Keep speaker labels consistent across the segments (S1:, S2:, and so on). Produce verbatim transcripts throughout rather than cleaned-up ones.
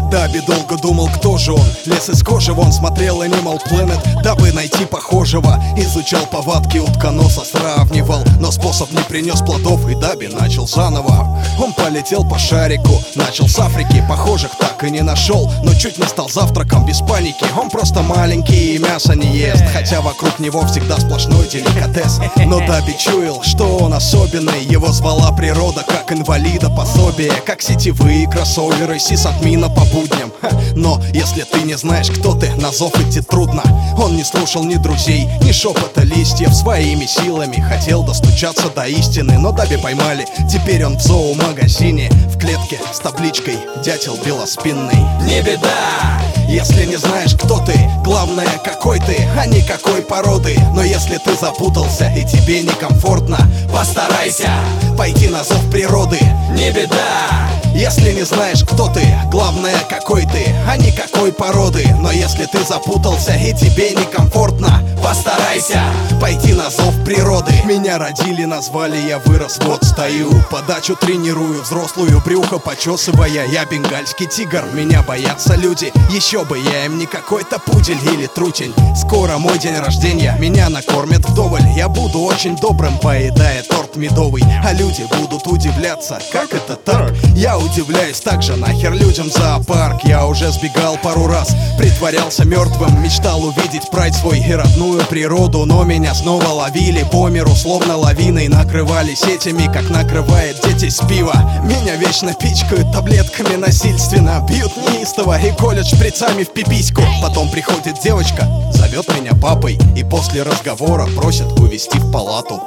S1: Даби долго думал, кто же он. Лез из кожи вон, смотрел Animal Planet, дабы найти похожего. Изучал повадки утконоса, сравнивал, но способ не принес плодов, и Даби начал заново. Он полетел по шарику, начал с Африки, похожих так и не нашел, но чуть не стал завтраком без паники. Он просто маленький и мясо не ест, хотя вокруг него всегда сплошной деликатес. Но Даби чуял, что он особенный. Его звала природа, как инвалида пособие, как сетевые кроссоверы, сисадмина по будням. Ха. Но если ты не знаешь, кто ты, на зов идти трудно. Он не слушал ни друзей, ни шепота листьев. Своими силами хотел достучаться до истины, но Даби поймали. Теперь он в зоомагазине, в клетке с табличкой «Дятел белоспинный». Не беда, если не знаешь, кто ты, главное, какой ты, а не какой породы. Но если ты запутался и тебе некомфортно, постарайся пойти на зов природы. Не беда, если не знаешь, кто ты, главное, какой ты, а не какой породы. Но если ты запутался и тебе некомфортно, постарайся пойти на зов природы. Меня родили, назвали, я вырос, вот стою. Подачу тренирую, взрослую брюхо почесывая. Я бенгальский тигр, меня боятся люди. Еще бы я им не какой-то пудель или трутень. Скоро мой день рождения, меня накормят вдоволь. Я буду очень добрым, поедая торт медовый. А люди будут удивляться, как это так? Я удивляюсь также, нахер людям зоопарк. Я уже сбегал пару раз, притворялся мертвым, мечтал увидеть прайд свой и родную природу. Но меня снова ловили по миру, словно лавиной накрывали сетями, как накрывает дети с пива. Меня вечно пичкают таблетками насильственно, бьют неистово и колят шприцами в пипиську. Потом приходит девочка, зовет меня папой, и после разговора просит увезти в палату.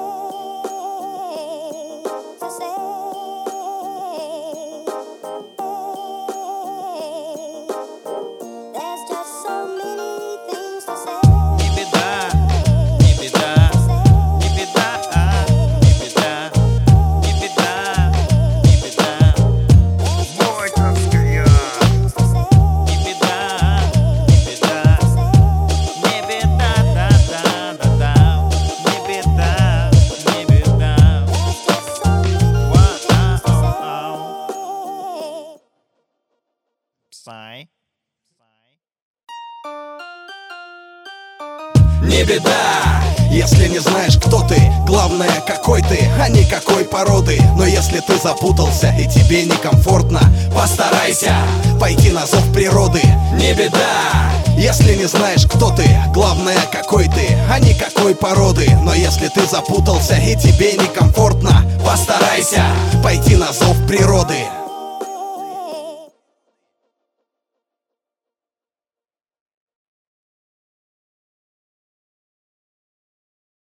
S1: Не беда, если не знаешь, кто ты, главное, какой ты, а не какой породы. Но если ты запутался и тебе некомфортно, постарайся пойти на зов природы. Не беда, если не знаешь, кто ты, главное, какой ты, а не какой породы. Но если ты запутался и тебе некомфортно, постарайся пойти на зов природы.